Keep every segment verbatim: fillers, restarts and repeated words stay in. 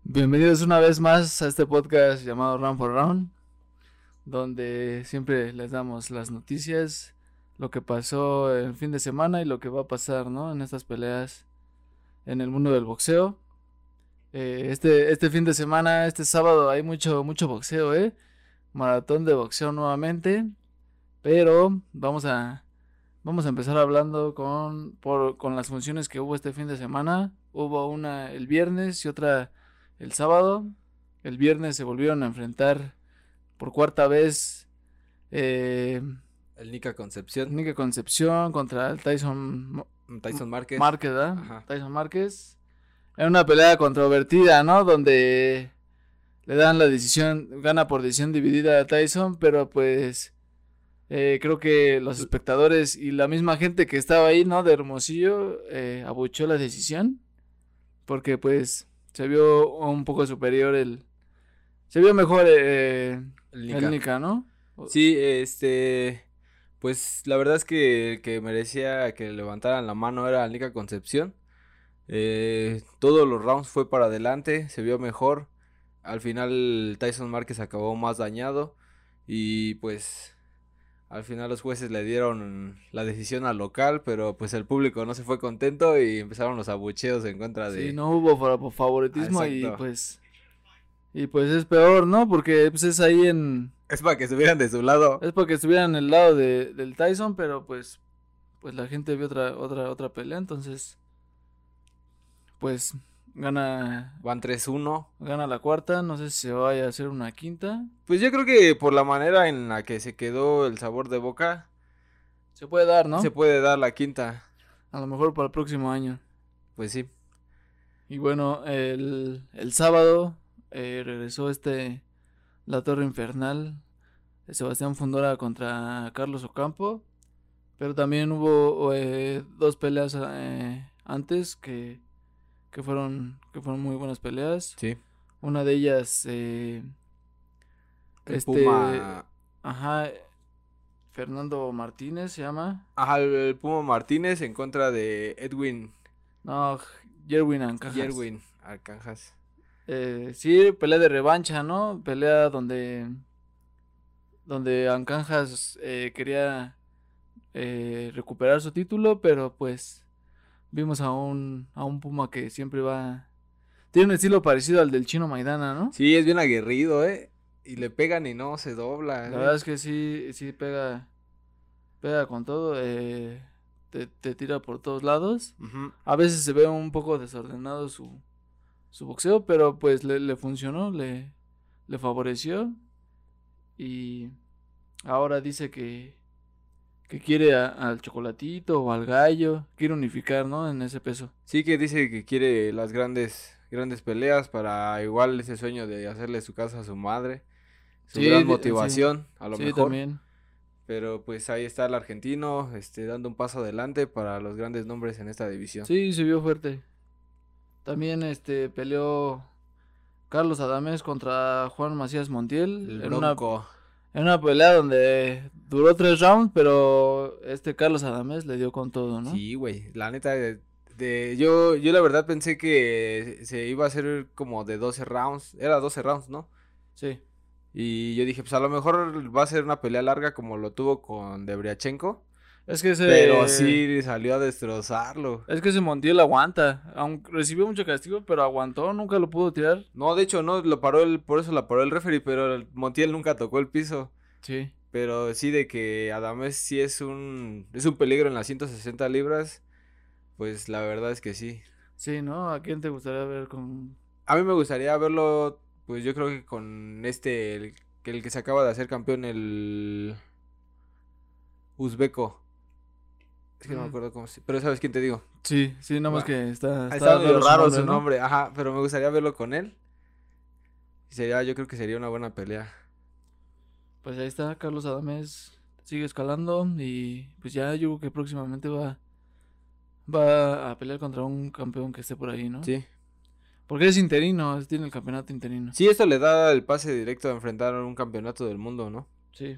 Bienvenidos una vez más a este podcast llamado Round for Round, donde siempre les damos las noticias, lo que pasó el fin de semana y lo que va a pasar, ¿no? En estas peleas en el mundo del boxeo. Eh, este, este fin de semana, este sábado hay mucho, mucho boxeo, ¿eh? Maratón de boxeo nuevamente, pero vamos a, vamos a empezar hablando con, por, con las funciones que hubo este fin de semana. Hubo una el viernes y otra el sábado. El viernes se volvieron a enfrentar por cuarta vez eh, El Nica Concepción. Nica Concepción contra el Tyson Tyson Márquez. Márquez, ¿verdad? Ajá. Tyson Márquez. Era una pelea controvertida, ¿no? Donde le dan la decisión, gana por decisión dividida a Tyson, pero pues eh, creo que los espectadores y la misma gente que estaba ahí, ¿no? De Hermosillo, eh, abuchó la decisión, porque pues se vio un poco superior el, se vio mejor eh, El Nica. el Nica, ¿no? Sí, este, pues la verdad es que el que merecía que levantaran la mano era el Nica Concepción. Eh, todos los rounds fue para adelante, se vio mejor. Al final Tyson Márquez acabó más dañado y pues al final los jueces le dieron la decisión al local, pero pues el público no se fue contento y empezaron los abucheos en contra de... Sí, no hubo fa- Ah, favoritismo y exacto. pues y pues es peor, ¿no? Porque pues es ahí en Es para que estuvieran de su lado. es porque estuvieran en el lado de, del Tyson, pero pues pues la gente vio otra otra otra pelea, entonces pues gana Van tres uno. gana la cuarta, no sé si se vaya a hacer una quinta. Pues yo creo que por la manera en la que se quedó el sabor de boca, Se puede dar, ¿no? se puede dar la quinta. A lo mejor para el próximo año. Pues sí. Y bueno, el, el sábado eh, regresó este La Torre Infernal, Sebastián Fundora contra Carlos Ocampo, pero también hubo eh, dos peleas eh, antes que, que fueron que fueron muy buenas peleas. Sí. Una de ellas eh, El este Puma. ajá, Fernando Martínez se llama. Ajá, el Puma Martínez en contra de Edwin No, Jerwin Ancajas. Yerwin Arcanjas. Eh, sí, pelea de revancha, ¿no? Pelea donde donde Ancajas eh, quería eh, recuperar su título, pero pues vimos a un a un Puma que siempre va tiene un estilo parecido al del Chino Maidana, ¿no? Sí, es bien aguerrido, eh. Y le pegan y no se dobla, La eh. verdad es que sí sí pega pega con todo, eh, te, te tira por todos lados. Ujú. A veces se ve un poco desordenado su su boxeo, pero pues le, le funcionó, le le favoreció y ahora dice que que quiere a- al chocolatito o al gallo, quiere unificar, ¿no? En ese peso. Sí que dice que quiere las grandes, grandes peleas para igual ese sueño de hacerle su casa a su madre. Su Sí, gran di- sí, motivación, a lo sí, mejor. también. Pero pues ahí está el argentino, este, dando un paso adelante para los grandes nombres en esta división. Sí, se vio fuerte. También este peleó Carlos Adames contra Juan Macías Montiel El en una Bronco. en una pelea donde duró tres rounds, pero este Carlos Adames le dio con todo, ¿no? Sí, güey, la neta, de, de- yo, yo la verdad pensé que se iba a hacer como de doce rounds, era doce rounds, ¿no? Sí. Y yo dije, pues a lo mejor va a ser una pelea larga como lo tuvo con Debriachenko, Es que pero ese sí salió a destrozarlo. es que ese Montiel aguanta, aunque recibió mucho castigo, pero aguantó, nunca lo pudo tirar. No, de hecho, no, lo paró el, por eso la paró el referee, pero el Montiel nunca tocó el piso. Sí. Pero sí de que Adames sí es un, es un peligro en las ciento sesenta libras, pues la verdad es que sí. Sí, ¿no? ¿A quién te gustaría ver con A mí me gustaría verlo, pues yo creo que con este, el, que el que se acaba de hacer campeón, el uzbeco. Es que no me Mm, acuerdo cómo se... Pero ¿sabes quién te digo? sí, sí, nada más Va. que está, Ah, está está medio raro su raro nombre, su ¿no? nombre, ajá, pero me gustaría verlo con él. Y sería, yo creo que sería una buena pelea. Pues ahí está, Carlos Adames sigue escalando y pues ya yo creo que próximamente va, va a pelear contra un campeón que esté por ahí, ¿no? Sí. Porque es interino, tiene el campeonato interino. Sí, esto le da el pase directo a enfrentar un campeonato del mundo, ¿no? Sí.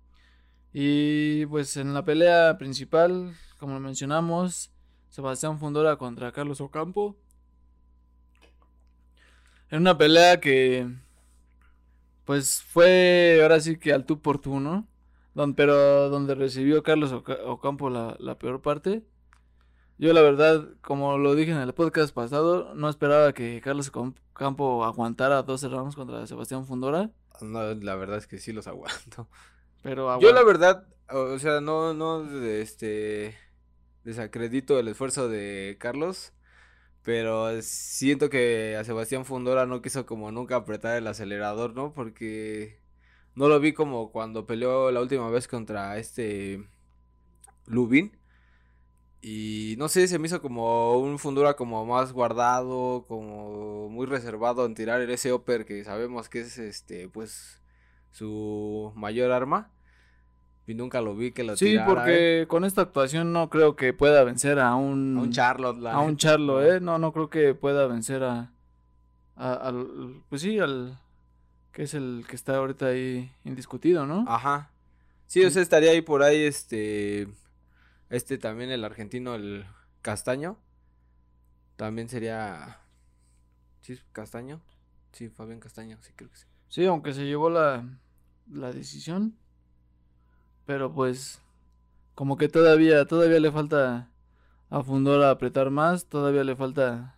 Y pues en la pelea principal, como lo mencionamos, Sebastián Fundora contra Carlos Ocampo. En una pelea que, pues, fue ahora sí que al tú por tú, ¿no? Don, pero donde recibió Carlos Oca- Ocampo la, la peor parte. Yo la verdad, como lo dije en el podcast pasado, no esperaba que Carlos Ocampo aguantara doce rounds contra Sebastián Fundora, No, la verdad es que sí los aguanto. pero Yo la aguantó. verdad, o sea, no, no, este, desacredito el esfuerzo de Carlos, pero siento que a Sebastián Fundora no quiso como nunca apretar el acelerador, ¿no? Porque no lo vi como cuando peleó la última vez contra este Lubin. Y no sé, se me hizo como un Fundora como más guardado, como muy reservado en tirar el ese upper que sabemos que es este, pues, su mayor arma. Y nunca lo vi que lo Sí, tirara, ¿eh? porque con esta actuación no creo que pueda vencer a A un un Charlotte, la a un neta, Charlo, no. ¿eh? No, no creo que pueda vencer a, a- al, pues sí, al que es el que está ahorita ahí indiscutido, ¿no? Ajá. Sí, o sea, estaría ahí por ahí este, este también el argentino, el Castaño. También sería, ¿sí es Castaño? Sí, Fabián Castaño, sí creo que sí. Sí, aunque se llevó la, la decisión, pero pues como que todavía, todavía le falta a Fundora apretar más, todavía le falta,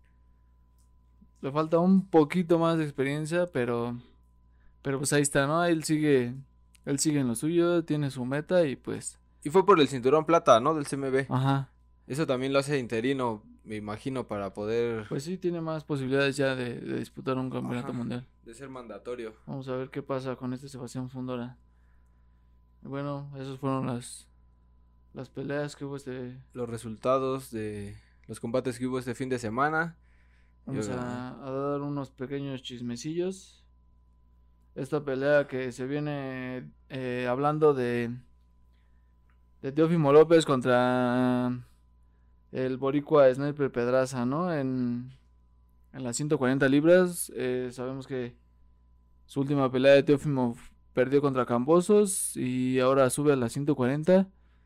le falta un poquito más de experiencia, pero, pero pues ahí está, ¿no? Él sigue, él sigue en lo suyo, tiene su meta y pues, Y fue por el cinturón plata, ¿no? Del C M B. ajá, Eso también lo hace interino, me imagino, para poder, pues sí tiene más posibilidades ya de, de disputar un campeonato ajá, mundial. de ser mandatorio. Vamos a ver qué pasa con este Sebastián Fundora. Y bueno, esas fueron las, las peleas que hubo este. Los resultados de los combates que hubo este fin de semana. Yo, Vamos a, a dar unos pequeños chismecillos. Esta pelea que se viene eh, hablando de, de Teófimo López contra el boricua Sniper Pedraza, ¿no? En, en las ciento cuarenta libras. Eh, sabemos que su última pelea de Teófimo perdió contra Cambosos y ahora sube a las ciento cuarenta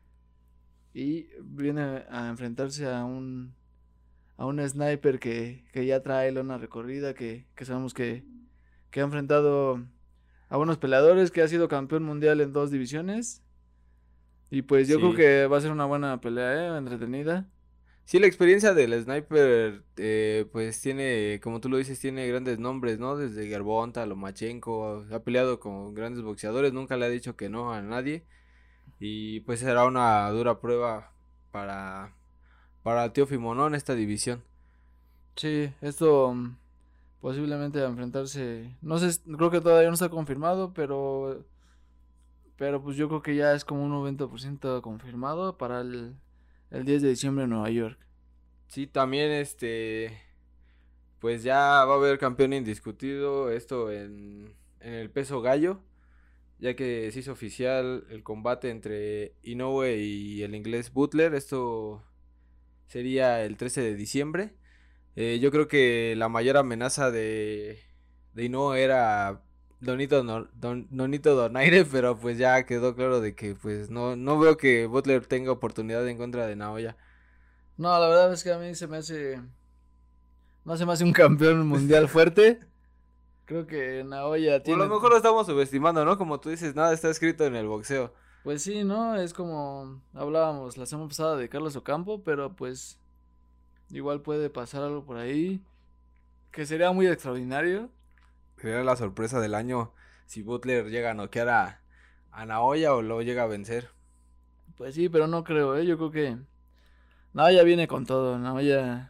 y viene a enfrentarse a un a un sniper que, que ya trae lona recorrida, que, que sabemos que, que ha enfrentado a buenos peleadores, que ha sido campeón mundial en dos divisiones. Y pues yo creo sí. que va a ser una buena pelea, ¿eh? Entretenida. Sí, la experiencia del sniper, eh, pues tiene, como tú lo dices, tiene grandes nombres, ¿no? Desde Gervonta, Lomachenko, ha peleado con grandes boxeadores, nunca le ha dicho que no a nadie. Y pues será una dura prueba para, para Teófimo, ¿no? En esta división. Sí, esto mm, posiblemente a enfrentarse, no sé, creo que todavía no está confirmado, pero pero pues yo creo que ya es como un noventa por ciento confirmado para el, el diez de diciembre en Nueva York. Sí, también este, pues ya va a haber campeón indiscutido, esto en, en el peso gallo, ya que se hizo oficial el combate entre Inoue y el inglés Butler, esto sería el trece de diciembre. Eh, yo creo que la mayor amenaza de, de Inoue era Donito, Nor- Don, Nonito Donaire, pero pues ya quedó claro de que pues no, no veo que Butler tenga oportunidad en contra de Naoya. No, la verdad es que a mí se me hace, no se me hace un campeón mundial fuerte. Creo que Naoya O a lo tiene, mejor lo estamos subestimando, ¿no? Como tú dices, nada está escrito en el boxeo. pues sí, ¿no? Es como hablábamos la semana pasada de Carlos Ocampo, pero pues igual puede pasar algo por ahí que sería muy extraordinario. Sería la sorpresa del año si Butler llega a noquear a, a Naoya o lo llega a vencer. Pues sí, pero no creo, ¿eh? Yo creo que Naoya viene con todo. Naoya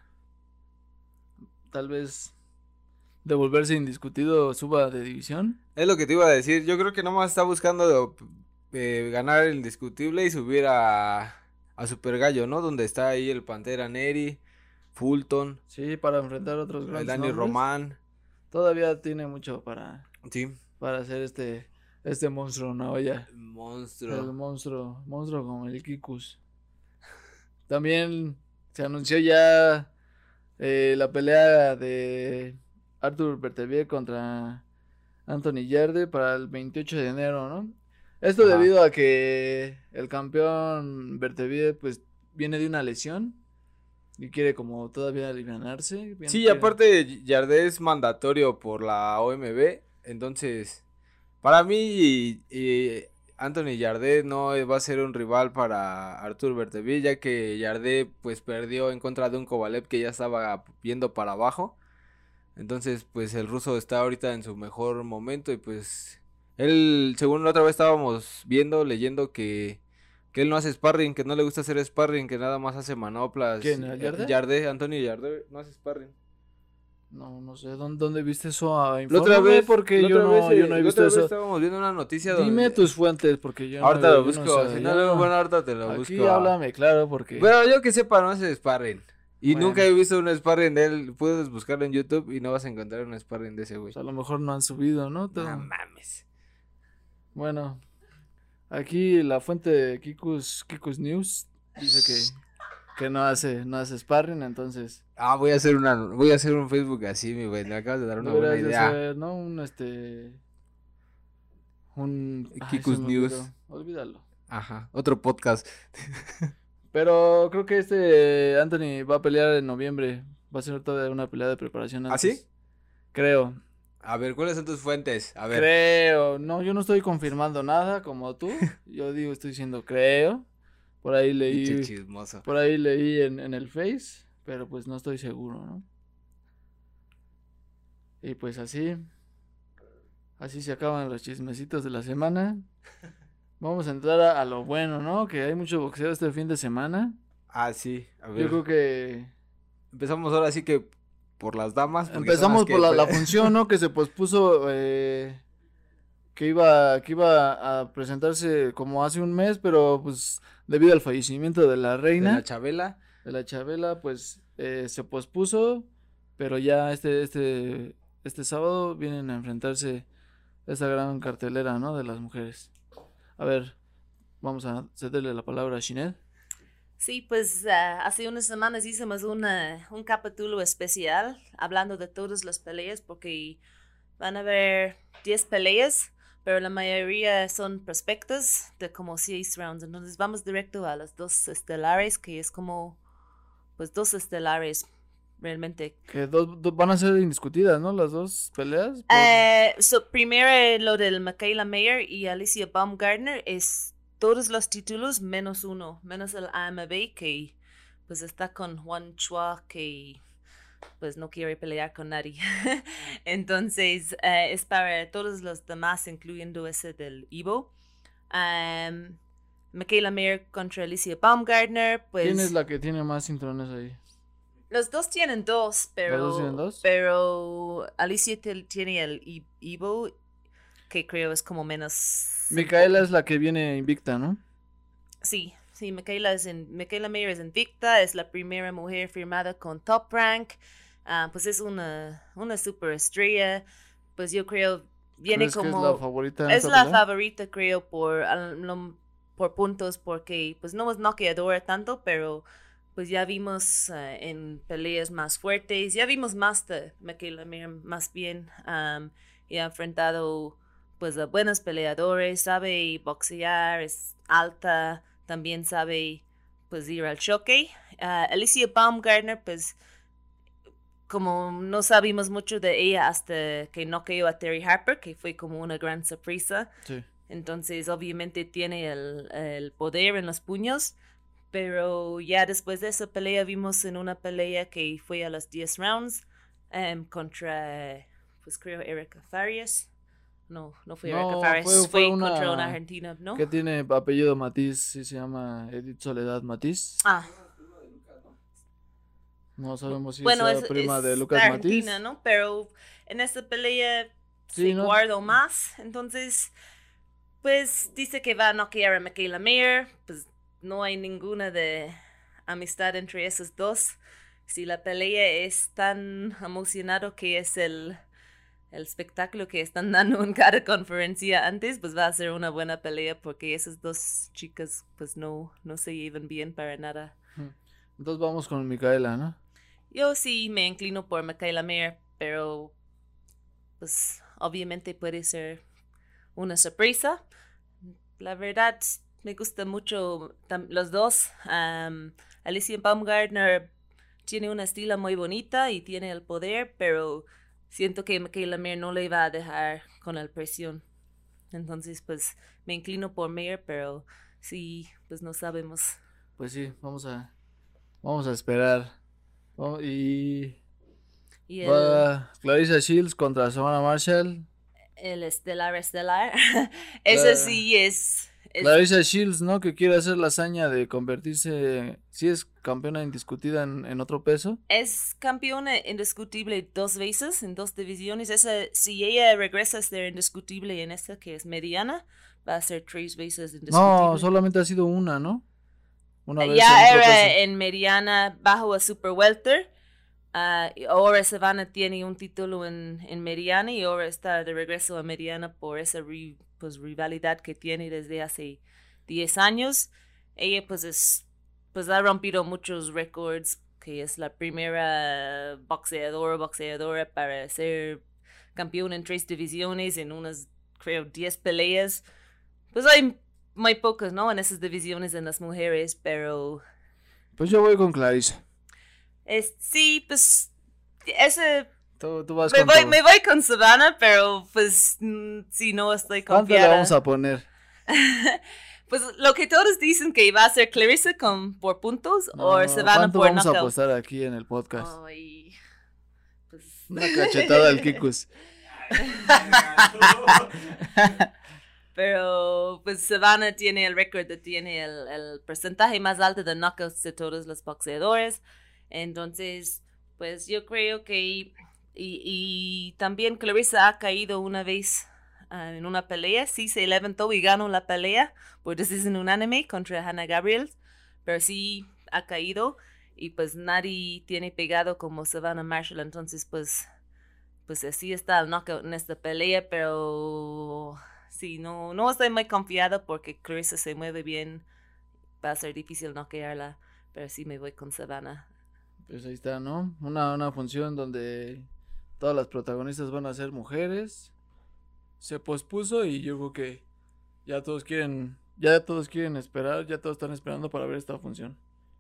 tal vez de volverse indiscutido suba de división. Es lo que te iba a decir. Yo creo que nomás está buscando eh, ganar el indiscutible y subir a, a Super Gallo, ¿no? Donde está ahí el Pantera Neri, Fulton, Sí, para enfrentar otros el grandes Dani nombres. Román. Todavía tiene mucho para, Sí, para hacer este, este monstruo Naoya. El monstruo. monstruo, monstruo como el Kikus. También se anunció ya eh, la pelea de Arthur Bertevie contra Anthony Yarde para el veintiocho de enero, ¿no? Esto Ajá. debido a que el campeón Bertevie pues viene de una lesión y quiere como todavía alivianarse. Bien Sí, y quiere- aparte Yarde es mandatorio por la O M B, entonces para mí y, y Anthony Yarde no va a ser un rival para Artur Beterbiev, ya que Yarde pues perdió en contra de un Kovalev que ya estaba viendo para abajo. Entonces pues el ruso está ahorita en su mejor momento y pues él, según la otra vez estábamos viendo, leyendo que, que él no hace sparring, que no le gusta hacer sparring, que nada más hace manoplas. ¿Quién, el Yarde? Yarde, Anthony Yarde no hace sparring. No, no sé, ¿dónde, dónde viste eso? Ah, La otra infórmame, vez, porque la yo otra no, vez, yo eh, no he la visto otra vez eso. estábamos viendo una noticia Dime donde... tus fuentes, porque yo Ahorita no, lo yo no busco, sé, si yo no, luego, no- bueno, ahorita te lo Aquí busco. háblame, claro, porque... Bueno, yo que sepa, no hace sparring. Y Bueno. nunca he visto un sparring de él. Puedes buscarlo en YouTube y no vas a encontrar un sparring de ese güey. Pues a lo mejor no han subido, ¿no? Todo. No mames. Bueno, aquí la fuente de Kikus, Kikus News dice que, que no hace, no hace sparring, entonces Ah, voy a hacer una, voy a hacer un Facebook así, mi güey. Me acabas de dar una buena deberías de idea. hacer, ¿no? Un este, un ay, Kikus se me News. olvidó, olvídalo. Ajá, otro podcast. Pero creo que este Anthony va a pelear en noviembre, va a ser toda una pelea de preparación ¿Ah, antes. sí? Creo, A ver, ¿cuáles son tus fuentes? A ver. creo, no, yo no estoy confirmando nada como tú, yo digo, estoy diciendo creo, por ahí Pinche leí. chismoso. Por ahí leí en, en el Face, pero pues no estoy seguro, ¿no? Y pues así, así se acaban los chismecitos de la semana. Vamos a entrar a, a lo bueno, ¿no? Que hay mucho boxeo este fin de semana. Ah, sí. A Yo ver. creo que Empezamos ahora sí que por las damas. porque son empezamos las que por la, la pe- función, ¿no? Que se pospuso, eh, que iba, que iba a presentarse como hace un mes, pero pues debido al fallecimiento de la de reina. la Chabela. de la Chabela, pues eh, se pospuso, pero ya este, este, este sábado vienen a enfrentarse esta gran cartelera, ¿no? De las mujeres. A ver, vamos a cederle la palabra a Shinet. Sí, pues uh, hace unas semanas hicimos una, un capítulo especial hablando de todas las peleas porque van a haber diez peleas, pero la mayoría son prospectos de como seis rounds. Entonces vamos directo a las dos estelares, que es como, pues dos estelares realmente. Que dos, dos van a ser indiscutidas, ¿no? Las dos peleas. por- Eh, so, primero eh, lo del Michaela Mayer y Alicia Baumgartner es todos los títulos menos uno, menos el A M B que pues está con Juan Chua que pues no quiere pelear con nadie. Entonces eh, es para todos los demás, incluyendo ese del Ivo. Um, Michaela Mayer contra Alicia Baumgartner, pues ¿Quién es la que tiene más cinturones ahí? los dos tienen dos, pero dos tienen dos? pero Alicia te- tiene el I- Ivo que creo es como menos. Micaela es la que viene invicta, ¿no? Sí, sí, Michaela, es en, Michaela Mayer es invicta, es la primera mujer firmada con Top Rank, ah, pues es una, una superestrella, pues yo creo, viene ¿Crees como... que es la favorita en es esta la pelea? favorita, creo, por, al- lo- por puntos, porque pues no es noqueadora tanto, pero pues ya vimos eh, en peleas más fuertes, ya vimos más de Michaela Mayer, más bien, um, y ha enfrentado pues a buenos peleadores, sabe boxear, es alta, también sabe pues ir al choque. Uh, Alicia Baumgartner, pues como no sabíamos mucho de ella hasta que noqueó a Terry Harper, que fue como una gran sorpresa. Sí. Entonces obviamente tiene el, el poder en los puños, pero ya después de esa pelea vimos en una pelea que fue a los diez rounds um, contra, pues creo, Erika Farias. No, no fue No, Erika Farias, fue- fue, fue una- contra una argentina, ¿no? Que tiene apellido Matiz, sí se llama Edith Soledad Matiz. Ah, No sabemos si bueno, es es, la prima es de Lucas de Matiz. Argentina, ¿no? Pero en esta pelea Sí, se ¿no? guardó más, entonces, pues dice que va a noquear a Michaela Mayer, pues no hay ninguna de amistad entre esos dos. Si la pelea es tan emocionado que es el, el espectáculo que están dando en cada conferencia antes, pues va a ser una buena pelea porque esas dos chicas pues no, no se llevan bien para nada. Entonces vamos con Micaela, ¿no? Yo sí me inclino por Michaela Mayer, pero pues obviamente puede ser una sorpresa. La verdad, me gusta mucho tam- los dos. Um, Alicia Baumgartner tiene una estilo muy bonita y tiene el poder, pero siento que Mikaela Mayer no le va a dejar con la presión. Entonces, pues, me inclino por Mayer, pero sí, pues no sabemos. Pues sí, vamos a, vamos a esperar. Oh, y Y el, va Clarissa Shields contra Savannah Marshall. el estelar estelar, ese La- sí es... es Clarissa Shields, ¿no? Que quiere hacer la hazaña de convertirse, si es campeona indiscutida en, en otro peso. Es campeona indiscutible dos veces en dos divisiones. Esa, si ella regresa a ser indiscutible en esta que es mediana, va a ser tres veces indiscutible. No, solamente ha sido una, ¿no? Una vez Ya en otro era peso. en mediana bajo a super welter. ah, y ahora Savannah tiene un título en, en mediana y ahora está de regreso a mediana por esa ri- pues, rivalidad que tiene desde hace diez años. Ella pues es pues ha rompido muchos récords, que es la primera boxeadora boxeadora para ser campeón en tres divisiones en unas creo diez peleas. Pues hay muy pocas, ¿no? En esas divisiones en las mujeres, pero Pues yo voy con Clarissa. es, sí, pues ese Tú, tú vas me con voy, todo. me voy con Savannah, pero pues mm, sí, no estoy ¿Cuánto le confiada. vamos a poner? Pues lo que todos dicen que va a ser Clarissa con, por puntos No, o Savannah ¿cuánto por vamos a knockout. apostar aquí en el podcast? Ay, pues... Una cachetada al Kikus. Pero pues Savannah tiene el récord, de- tiene el, el porcentaje más alto de knockouts de todos los boxeadores. Entonces, pues yo creo que... Y, y también Clarissa ha caído una vez uh, en una pelea. Sí, se levantó y ganó la pelea por decisión unánime contra Hannah Gabriel. Pero sí ha caído y pues nadie tiene pegado como Savannah Marshall. Entonces, pues... Pues así está el knockout en esta pelea, pero sí, no, no estoy muy confiada porque Clarissa se mueve bien. Va a ser difícil knockearla, pero sí me voy con Savannah. Pues ahí está, ¿no? Una, una función donde todas las protagonistas van a ser mujeres. Se pospuso y yo creo que ya todos quieren, ya todos quieren esperar, ya todos están esperando para ver esta función.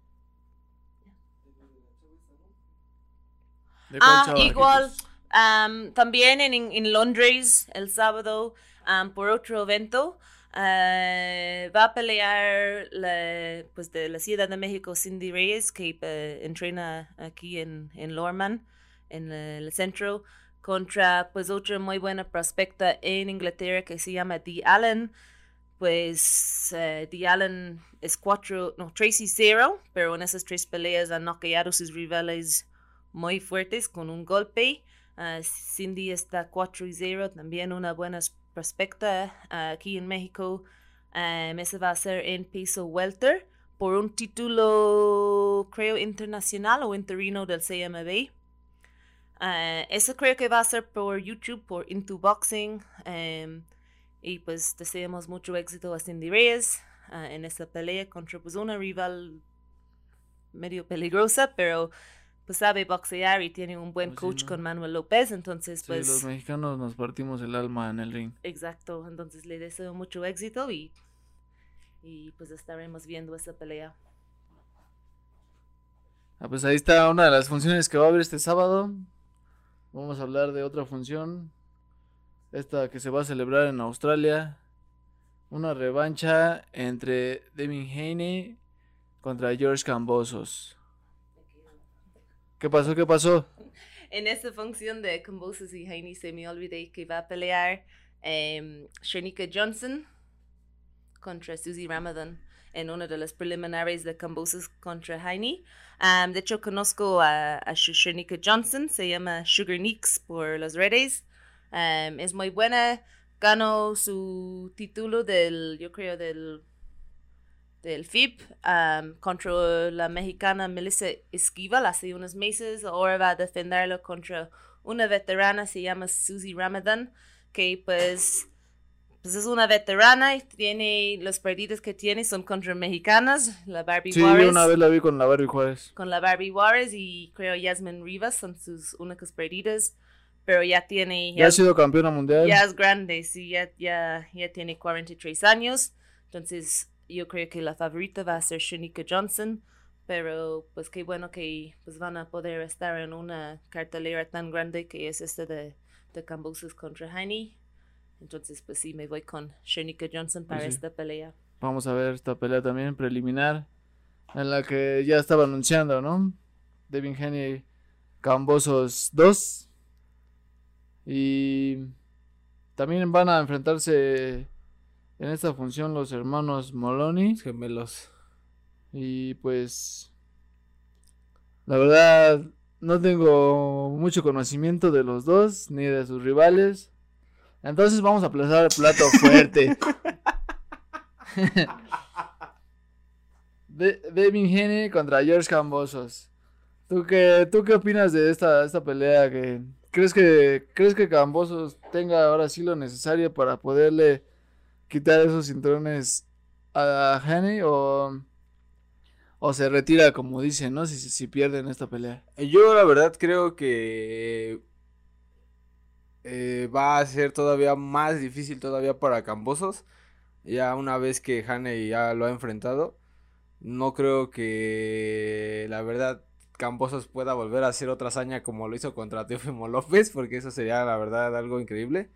¿De cuál Ah, chava, igual, Kikus? um, también en, en Londres el sábado, um, por otro evento, uh, va a pelear la, pues de la Ciudad de México Cindy Reyes, que uh, entrena aquí en, en Lorman, en el, el centro, contra pues otra muy buena prospecta en Inglaterra que se llama Dee Allen. Pues uh, Dee Allen es cuatro, no, tres y cero, pero en esas tres peleas han noqueado sus rivales muy fuertes con un golpe. Uh, Cindy está cuatro y cero, también una buena prospecta uh, aquí en México. Um, ese va a ser en peso welter por un título, creo, internacional o interino del C M B. Uh, eso creo que va a ser por YouTube, por Into Boxing. Um, y pues deseamos mucho éxito a Cindy Reyes uh, en esta pelea contra pues una rival medio peligrosa, pero pues sabe boxear y tiene un buen Pues sí, coach ¿no? con Manuel López, entonces Sí, pues... los mexicanos nos partimos el alma en el ring. Exacto, entonces le deseo mucho éxito y, y pues estaremos viendo esa pelea. Ah, pues ahí está una de las funciones que va a haber este sábado. Vamos a hablar de otra función. Esta que se va a celebrar en Australia. Una revancha entre Devin Haney contra George Kambosos. ¿Qué pasó? ¿Qué pasó? En esta función de Kambosos y Haney se me olvidé que va a pelear um, Shanika Johnson contra Susie Ramadan en una de las preliminares de Kambosos contra Haney. Um, de hecho, conozco a, a Shanika Johnson, se llama Sugar Neeks por las redes. Um, es muy buena, ganó su título del, yo creo, del, del F I B um, contra la mexicana Melissa Esquivel hace unos meses. Ahora va a defenderlo contra una veterana, se llama Susie Ramadan, que pues, pues es una veterana y tiene, los perdidos que tiene son contra mexicanas, la Barbie Sí, Juárez. una vez la vi con la Barbie Juárez. Con la Barbie Juárez y creo Yasmin Rivas son sus únicas perdidas. Pero ya tiene... Ya ha sido campeona mundial. Ya es grande, sí, ya, ya, ya tiene cuarenta y tres años. Entonces, yo creo que la favorita va a ser Shanika Johnson pero pues qué bueno que pues van a poder estar en una cartelera tan grande que es esta de, de Kambosos contra Heine. Entonces pues sí, me voy con Shanika Johnson para Pues sí. esta pelea. Vamos a ver esta pelea también preliminar, en la que ya estaba anunciando, ¿no? Devin Haney, Kambosos dos. Y también van a enfrentarse en esta función los hermanos Moloney. Gemelos. Y pues, la verdad, no tengo mucho conocimiento de los dos, ni de sus rivales. Entonces vamos a aplazar el plato fuerte. de Devin Haney contra George Kambosos. ¿Tú qué, ¿Tú qué opinas de esta, esta pelea? Que, ¿crees que crees que Kambosos tenga ahora sí lo necesario para poderle quitar esos cinturones a Haney o, o se retira como dicen, ¿no? Si, si pierden esta pelea. Yo la verdad creo que eh, va a ser todavía más difícil todavía para Kambosos. Ya una vez que Haney ya lo ha enfrentado, no creo que la verdad Kambosos pueda volver a hacer otra hazaña como lo hizo contra Teófimo López, porque eso sería la verdad algo increíble.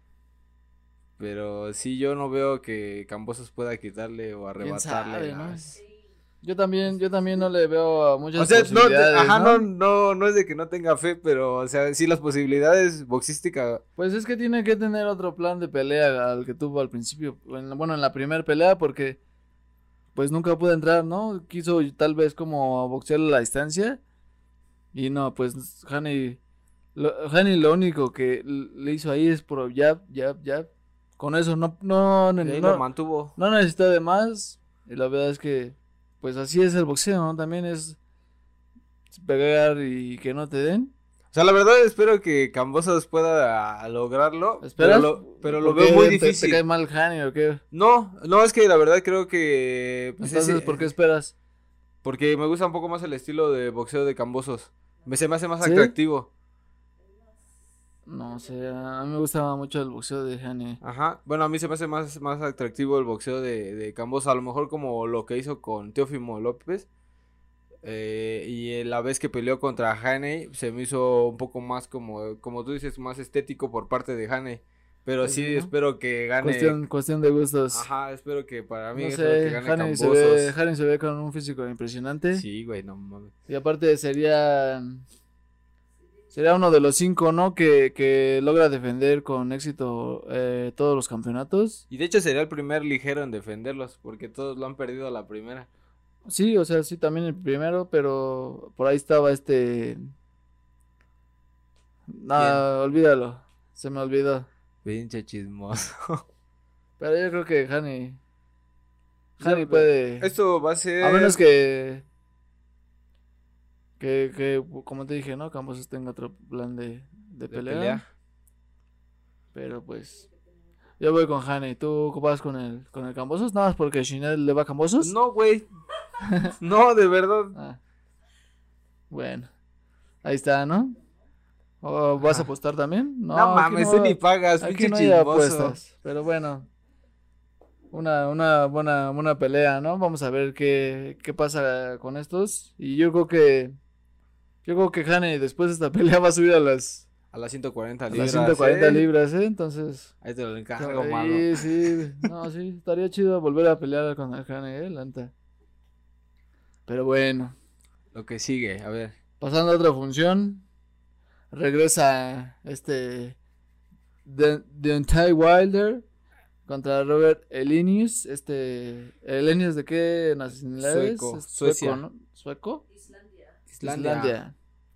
Pero sí, yo no veo que Kambosos pueda quitarle o arrebatarle. sabe, ¿no? las- Yo también, yo también no le veo muchas O sea, no, te- posibilidades, ajá, ¿no? no, no, no es de que no tenga fe, pero, o sea, sí las posibilidades boxísticas. Pues es que tiene que tener otro plan de pelea al que tuvo al principio, en- bueno, en la primera pelea, porque pues nunca pudo entrar, ¿no? Quiso tal vez como boxear a la distancia y no, pues Haney, lo, Haney lo único que l- le hizo ahí es por jab, jab, jab. Con eso no, no, no, Y ahí lo no, mantuvo. no necesita de más. Y la verdad es que, pues así es el boxeo, ¿no? También es pegar y que no te den. O sea, la verdad espero que Kambosos pueda lograrlo, pero ¿Esperas? lo, pero lo ¿Por qué veo muy te- difícil. ¿Te cae mal Haney o qué? No, no, es que la verdad creo que... pues, Entonces, ese- ¿por qué esperas? Porque me gusta un poco más el estilo de boxeo de Kambosos. Me, se me hace más ¿Sí? atractivo. No sé, a mí me gustaba mucho el boxeo de Haney. Ajá. Bueno, a mí se me hace más, más atractivo el boxeo de, de Kambosos. A lo mejor como lo que hizo con Teófimo López. Eh, y la vez que peleó contra Haney se me hizo un poco más como, como tú dices, más estético por parte de Haney. Pero Pues sí, sí, ¿no? espero que gane. Cuestión, cuestión de gustos. Ajá, espero que para mí, No espero que sé, gane Haney se ve, Kambosos. Haney se ve con un físico impresionante. Sí, güey, no mames. Y aparte sería sería uno de los cinco, ¿no? Que, que logra defender con éxito eh, todos los campeonatos. Y de hecho sería el primer ligero en defenderlos, porque todos lo han perdido a la primera. Sí, o sea, sí, también el primero, pero por ahí estaba este... No, olvídalo, se me olvidó. Pinche chismoso. Pero yo creo que Haney... Haney Ya, puede... Esto va a ser... A menos que... Que, que, como te dije, ¿no? Kambosos tenga otro plan de, de de pelea. pelea. Pero pues... Yo voy con Haney. ¿Tú vas con el, con el Kambosos? Nada más porque Shinel le va a Kambosos. No, güey. No, de verdad. Ah, bueno. Ahí está, ¿no? ¿O vas a Ajá. apostar también? No, aquí mames, tú ni pagas, aquí pinche no hay chismoso. apuestas. Pero bueno. Una, una buena, buena pelea, ¿no? Vamos a ver qué, qué pasa con estos. Y yo creo que... Yo creo que Haney después de esta pelea va a subir a las... A las ciento cuarenta A las libras. ciento cuarenta ¿eh? libras, ¿eh? Entonces... Ahí te lo encargo, Sí, mano. sí, no, sí, estaría chido volver a pelear con el Haney, eh, la neta. Pero bueno, Lo que sigue, a ver. pasando a otra función, regresa este The Deontay Wilder contra Robert Elenius, este, Elenius de qué nacionalidad es? Sueco, Es Suecia. ¿no? ¿Sueco? Islandia. Islandia. Islandia.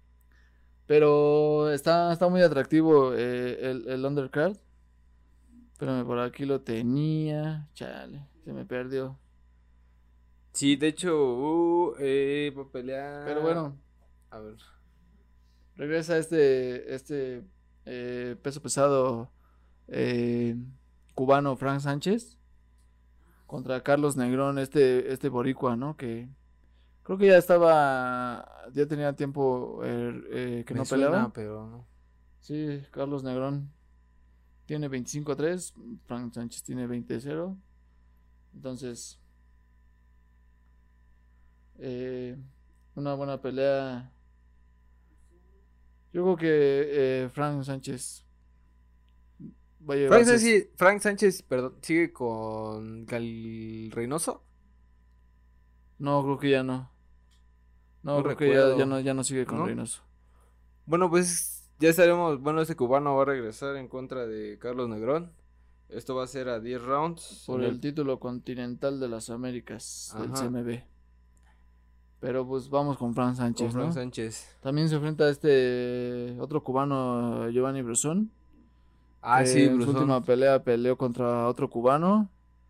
Pero está, está muy atractivo eh, el, el undercard. Espérame, por aquí lo tenía. Chale, se me perdió. Sí, de hecho, uh, eh, va a pelear. Pero bueno, A ver. regresa este, este eh, peso pesado eh, cubano Frank Sánchez contra Carlos Negrón, este, este boricua, ¿no? Que creo que ya estaba, ya tenía tiempo eh, eh, que Me no suena, peleaba. pero no. Sí, Carlos Negrón tiene veinticinco a tres, Frank Sánchez tiene veinte a cero. Entonces, Eh, una buena pelea. Yo creo que eh, Frank Sánchez va a Frank llevarse. Sánchez, Frank Sánchez, perdón, sigue con Cal Reynoso. No, creo que ya no. No, No creo que ya, ya recuerdo, no, ya no sigue con ¿no? Reynoso. Bueno, pues ya estaremos. Bueno, este cubano va a regresar en contra de Carlos Negrón. Esto va a ser a diez rounds. Por En el el... título continental de las Américas del Ajá, C M B. Pero pues vamos con Frank con Sánchez, Frank ¿no? Sánchez. También se enfrenta a este otro cubano, Giovanni Brusón, Ah, que sí, en su Brusón. última pelea peleó contra otro cubano,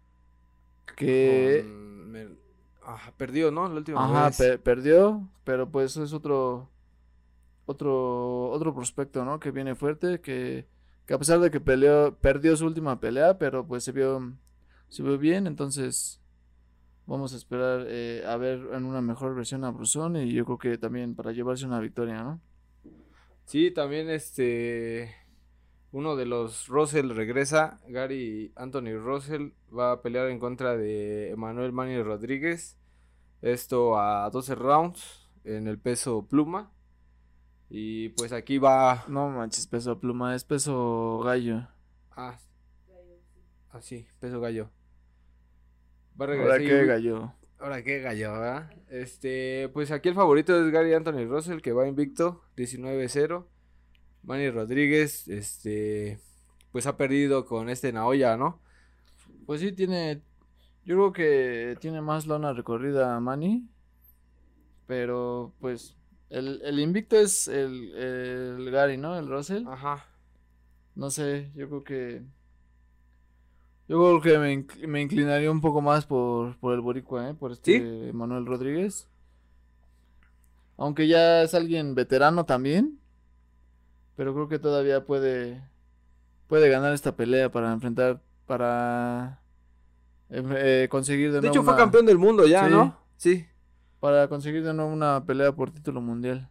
que, Con... Mer- Ah, perdió, ¿no? La última ajá, vez. pe- perdió, pero pues es otro, otro, otro prospecto, ¿no? Que viene fuerte, que, que a pesar de que peleó, perdió su última pelea, pero pues se vio, se vio bien, entonces vamos a esperar eh, a ver en una mejor versión a Brusón y yo creo que también para llevarse una victoria, ¿no? Sí, también este... Uno de los Russell regresa. Gary Anthony Russell va a pelear en contra de Emanuel Manny Rodríguez. Esto a doce rounds en el peso pluma. Y pues aquí va. No manches, peso pluma, es peso gallo. Ah, así, peso gallo. Va a Ahora regresar y qué uy, gallo. ahora qué gallo, ¿verdad? Este, pues aquí el favorito es Gary Anthony Russell, que va invicto, diecinueve cero. Manny Rodríguez, este, pues ha perdido con este Naoya, ¿no? Pues sí, tiene. Yo creo que tiene más lona recorrida Manny. Pero pues. El, el invicto es el, el Gary, ¿no? El Russell. Ajá. No sé, yo creo que. Yo creo que me, inc- me inclinaría un poco más por, por el Boricua, ¿eh? Por ¿Sí? este Manuel Rodríguez. Aunque ya es alguien veterano también. Pero creo que todavía puede. Puede ganar esta pelea para enfrentar. Para eh, conseguir de De nuevo hecho fue una. campeón del mundo ya, Sí, ¿no? Sí. para conseguir de nuevo una pelea por título mundial.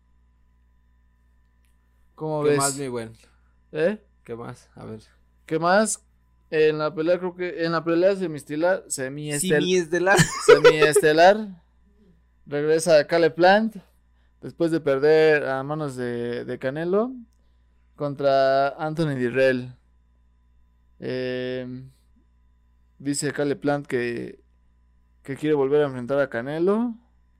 ¿Cómo ¿Qué más, ves? mi buen? ¿Eh? ¿Qué más? A ver. ¿Qué más? En la pelea, creo que. En la pelea semiestelar. Semiestel, Simi es de la... Semiestelar. Regresa Caleb Plant. Después de perder a manos de, de Canelo. Contra Anthony Dirrell. Eh, dice Caleb Plant que. Que quiere volver a enfrentar a Canelo.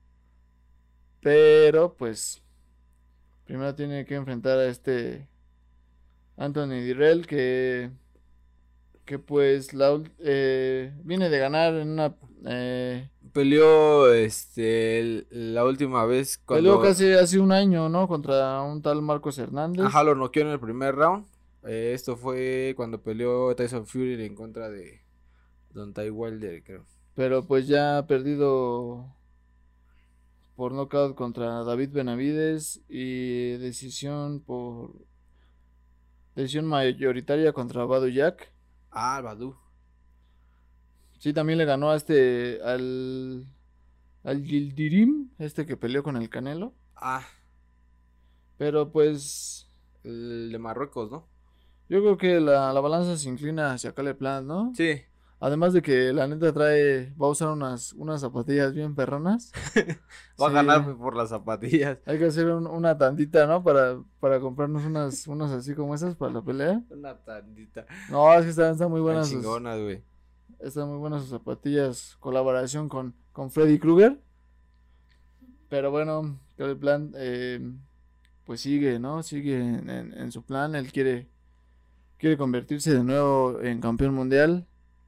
Pero pues. Primero tiene que enfrentar a este Anthony Dirrell que que pues la, ul- eh, viene de ganar en una eh, Peleó, este, el- la última vez peleó cuando... casi hace un año, ¿no? Contra un tal Marcos Ajá, Hernández, lo noqueó en el primer round. Eh, esto fue cuando peleó Tyson Fury en contra de Don Ty Wilder, creo. pero pues ya ha perdido por nocaut contra David Benavides y decisión por decisión mayoritaria contra Badu Jack. Ah, Badu. Sí, también le ganó a este al al Yildirim, este que peleó con el Canelo, Ah, pero pues el de Marruecos, ¿no? yo creo que la, la balanza se inclina hacia Caleb Plant, ¿no? Sí, Además de que la neta trae, va a usar unas, unas zapatillas bien perronas. va a Sí, ganar por las zapatillas. hay que hacer un- una tandita, ¿no? Para, para comprarnos unas, unas así como esas para la pelea. Una tandita. No, es que están, están muy Tan buenas sus, chingonas, güey. están muy buenas sus zapatillas. Colaboración con, con Freddy Krueger. Pero bueno, el plan, eh, pues sigue, ¿no? Sigue en, en- en su plan. Él quiere, quiere convertirse de nuevo en campeón mundial.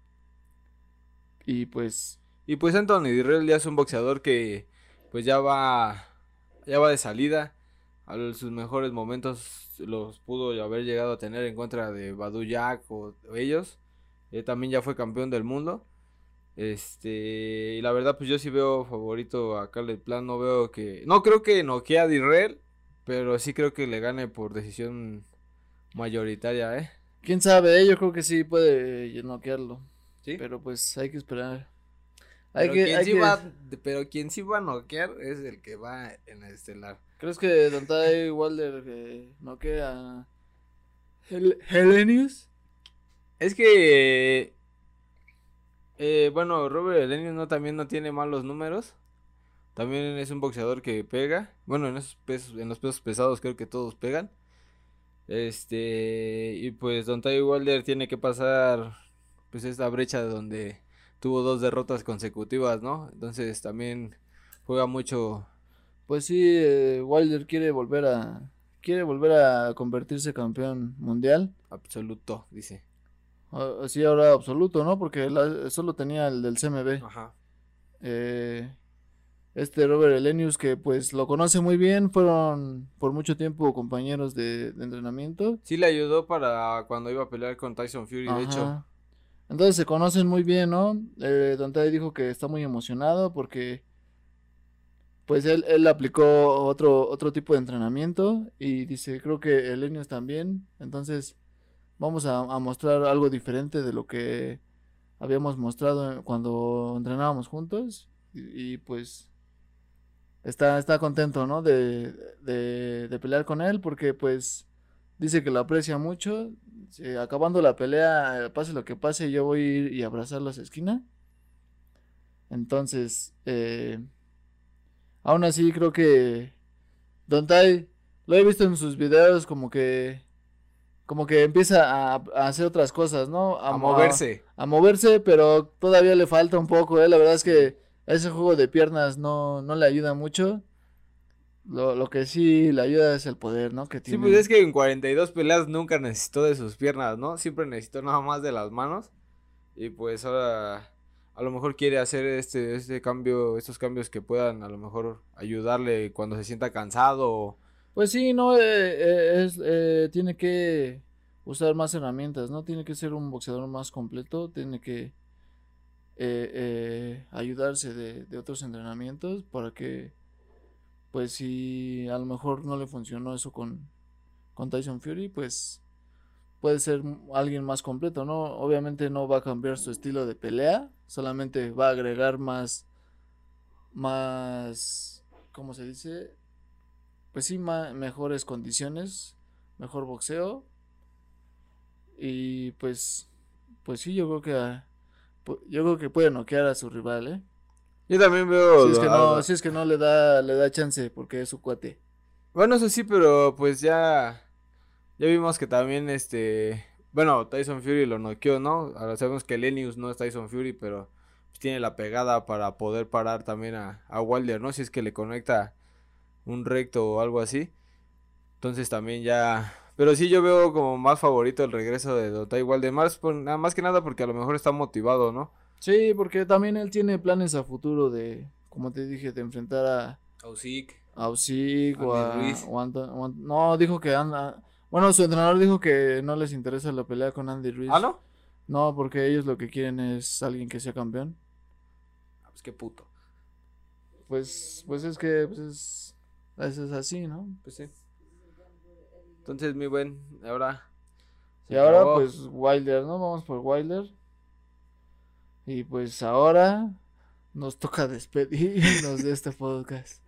Y pues Y pues Anthony Dirrell ya es un boxeador que pues ya va ya va de salida. A sus mejores momentos los pudo haber llegado a tener en contra de Badu Jack o ellos. Él también ya fue campeón del mundo. Este, y la verdad pues yo sí veo favorito a Caleb Plant, no veo que no creo que noquee a Dirrell, pero sí creo que le gane por decisión mayoritaria, ¿eh? quién sabe, eh, yo creo que sí puede noquearlo. ¿Sí? Pero pues hay que esperar. Hay Pero que, quien hay sí que. va, pero quien sí va a noquear es el que va en el estelar. ¿Crees que Don Ty Wilder eh, noquea a Hel Helenius? Es que, eh, bueno, Robert Elenius no también no tiene malos números. También es un boxeador que pega. Bueno, en esos pesos, en los pesos pesados creo que todos pegan. Este, y pues Deontay Wilder tiene que pasar pues esta brecha donde tuvo dos derrotas consecutivas, ¿no? Entonces también juega mucho. Pues sí, eh, Wilder quiere volver a quiere volver a convertirse campeón mundial. Absoluto, dice. Así ahora absoluto, ¿no? Porque la- solo tenía el del C M B. Ajá. Eh, este Robert Elenius, que pues lo conoce muy bien, fueron por mucho tiempo compañeros de, de entrenamiento. Sí le ayudó para cuando iba a pelear con Tyson Fury, de hecho. Ajá. Entonces se conocen muy bien, ¿no? Eh, Dante dijo que está muy emocionado porque pues él, él aplicó otro, otro tipo de entrenamiento y dice, creo que Elenius también. Entonces vamos a, a mostrar algo diferente de lo que habíamos mostrado cuando entrenábamos juntos. Y, y, pues está, está contento, ¿no? De, de, de pelear con él porque pues dice que lo aprecia mucho. Eh, acabando la pelea, pase lo que pase, yo voy a ir y abrazarlo a esa esquina. Entonces, eh, aún así creo que Don Tai, lo he visto en sus videos como que, como que empieza a, a hacer otras cosas, ¿no? A moverse. A, a moverse, pero todavía le falta un poco, ¿eh? La verdad es que ese juego de piernas no, no le ayuda mucho. Lo, lo que sí le ayuda es el poder, ¿no? Que Sí, tiene. pues es que en cuarenta y dos peleas nunca necesitó de sus piernas, ¿no? Siempre necesitó nada más de las manos. Y pues ahora a lo mejor quiere hacer este, este cambio, estos cambios que puedan a lo mejor ayudarle cuando se sienta cansado. O... Pues sí, no, eh, eh, es, eh, tiene que usar más herramientas, ¿no? Tiene que ser un boxeador más completo, tiene que eh, eh, ayudarse de, de otros entrenamientos para que, pues si a lo mejor no le funcionó eso con, con Tyson Fury, pues puede ser alguien más completo, ¿no? Obviamente no va a cambiar su estilo de pelea, solamente va a agregar más, más, ¿cómo se dice? Pues sí, ma- mejores condiciones, mejor boxeo y pues, pues sí, yo creo que, a- pu- yo creo que puede noquear a su rival, ¿eh? Yo también veo... Si es que no, a- si es que no le da, le da chance porque es su cuate. Bueno, eso sí, pero pues ya... Ya vimos que también este... Bueno, Tyson Fury lo noqueó, ¿no? Ahora sabemos que Lenius no es Tyson Fury, pero pues, tiene la pegada para poder parar también a, a Wilder, ¿no? Si es que le conecta un recto o algo así. Entonces también ya... Pero sí yo veo como más favorito el regreso de Deontay Wilder. Más, por- nada más que nada porque a lo mejor está motivado, ¿no? Sí, porque también él tiene planes a futuro de, como te dije, de enfrentar a, Usyk. a Usyk o Andy a, Ruiz. o Anto- o An- no, dijo que anda, bueno, su entrenador dijo que no les interesa la pelea con Andy Ruiz. ¿Ah, no? No, porque ellos lo que quieren es alguien que sea campeón. Ah, pues qué puto. Pues, pues es que, pues es, eso es así, ¿no? Pues sí. Entonces, mi buen, ahora... se Y ahora, acabó. pues, Wilder, ¿no? Vamos por Wilder. Y pues ahora nos toca despedirnos de este podcast.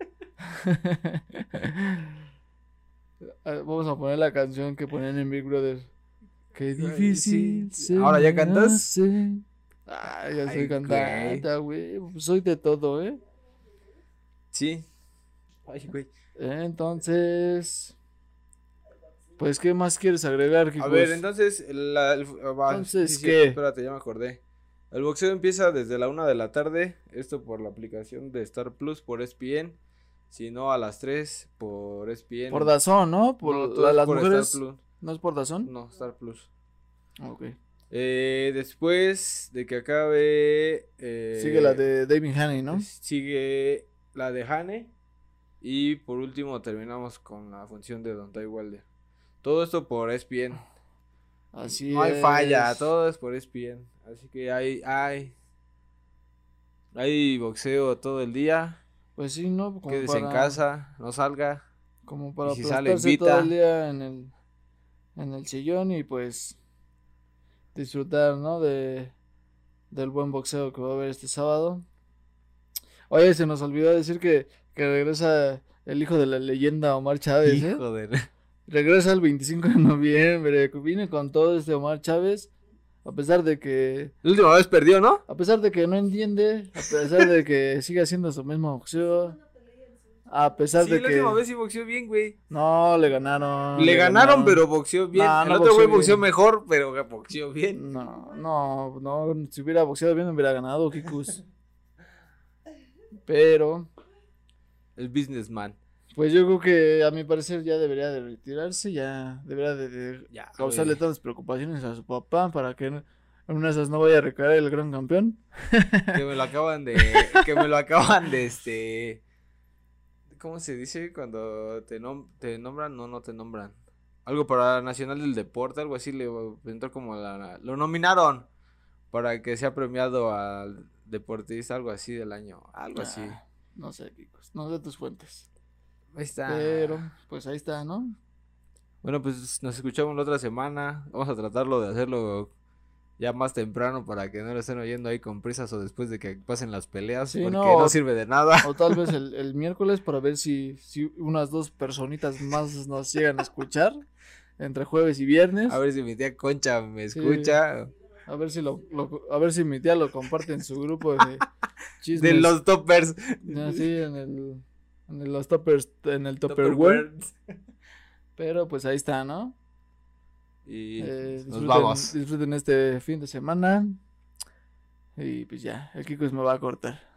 Ah, vamos a poner la canción que ponen en Big Brother. Qué difícil sí. se ¿Ahora ya me cantas? hace. Ah, ya soy Ay, cantante, güey. Pues soy de todo, ¿eh? Sí. Ay, güey. Entonces, pues, ¿qué más quieres agregar, A Kikos? ver, entonces, la, el, ah, va, Entonces, sí, sí, ¿qué? espérate, ya me acordé. El boxeo empieza desde la una de la tarde, esto por la aplicación de Star Plus por E S P N, si no a las tres por E S P N. Por Dazón, ¿no? Por No, la- todo es las por mujeres. Star Plus. ¿No es por Dazón? No, Star Plus. Ok. Eh, después de que acabe... eh, Sigue la de David Haney, ¿no? Sigue la de Hane. Y por último terminamos con la función de Deontay Wilder. Todo esto por E S P N. Así No hay es. falla, todo es por E S P N. Así que hay, hay, hay boxeo todo el día. Pues sí, ¿no? Como Quédese en para- casa, no salga. Como para Y si sale, aplastarse invita. todo el día en el, en el sillón y pues disfrutar, ¿no? De, del buen boxeo que va a haber este sábado. Oye, se nos olvidó decir que, que regresa el hijo de la leyenda Omar Chávez, ¿eh? Hijo de... Regresa el veinticinco de noviembre. Viene con todo este Omar Chávez A pesar de que... La última vez perdió, ¿no? A pesar de que no entiende, a pesar de que sigue haciendo su mismo boxeo, a pesar Sí, de la que... última vez sí boxeó bien, güey. No, le ganaron. Le ganaron, pero boxeó bien. No, El no otro boxeó güey boxeó bien. mejor, pero boxeó bien. No, no, no, si hubiera boxeado bien hubiera ganado, Kikus. Pero, El businessman. pues yo creo que a mi parecer ya debería de retirarse, ya debería de, de Ya, causarle güey. tantas preocupaciones a su papá para que en una de esas no vaya a recaer el gran campeón. Que me lo acaban de. Que me lo acaban de este. ¿Cómo se dice? Cuando te, nom te nombran, no, no te nombran. Algo para Nacional del Deporte, algo así le entró como la. Lo nominaron para que sea premiado al deportista, algo así del año. Algo así. Ah, no sé, Kikus, no sé tus fuentes. Ahí está. Pero, pues ahí está, ¿no? Bueno, pues nos escuchamos la otra semana. Vamos a tratarlo de hacerlo ya más temprano para que no lo estén oyendo ahí con prisas o después de que pasen las peleas, Sí, porque no, no, o- sirve de nada. O tal vez el, el miércoles para ver si, si unas dos personitas más nos llegan a escuchar entre jueves y viernes. A ver si mi tía Concha me Sí. escucha. A ver si lo, lo- a ver si mi tía lo comparte en su grupo de chismes. De los toppers. Así en el en el- los toppers, en el Tupperware. Pero pues ahí está, ¿no? Y Eh, nos disfruten, vamos. disfruten este fin de semana. Y pues ya, el Kikos me va a cortar.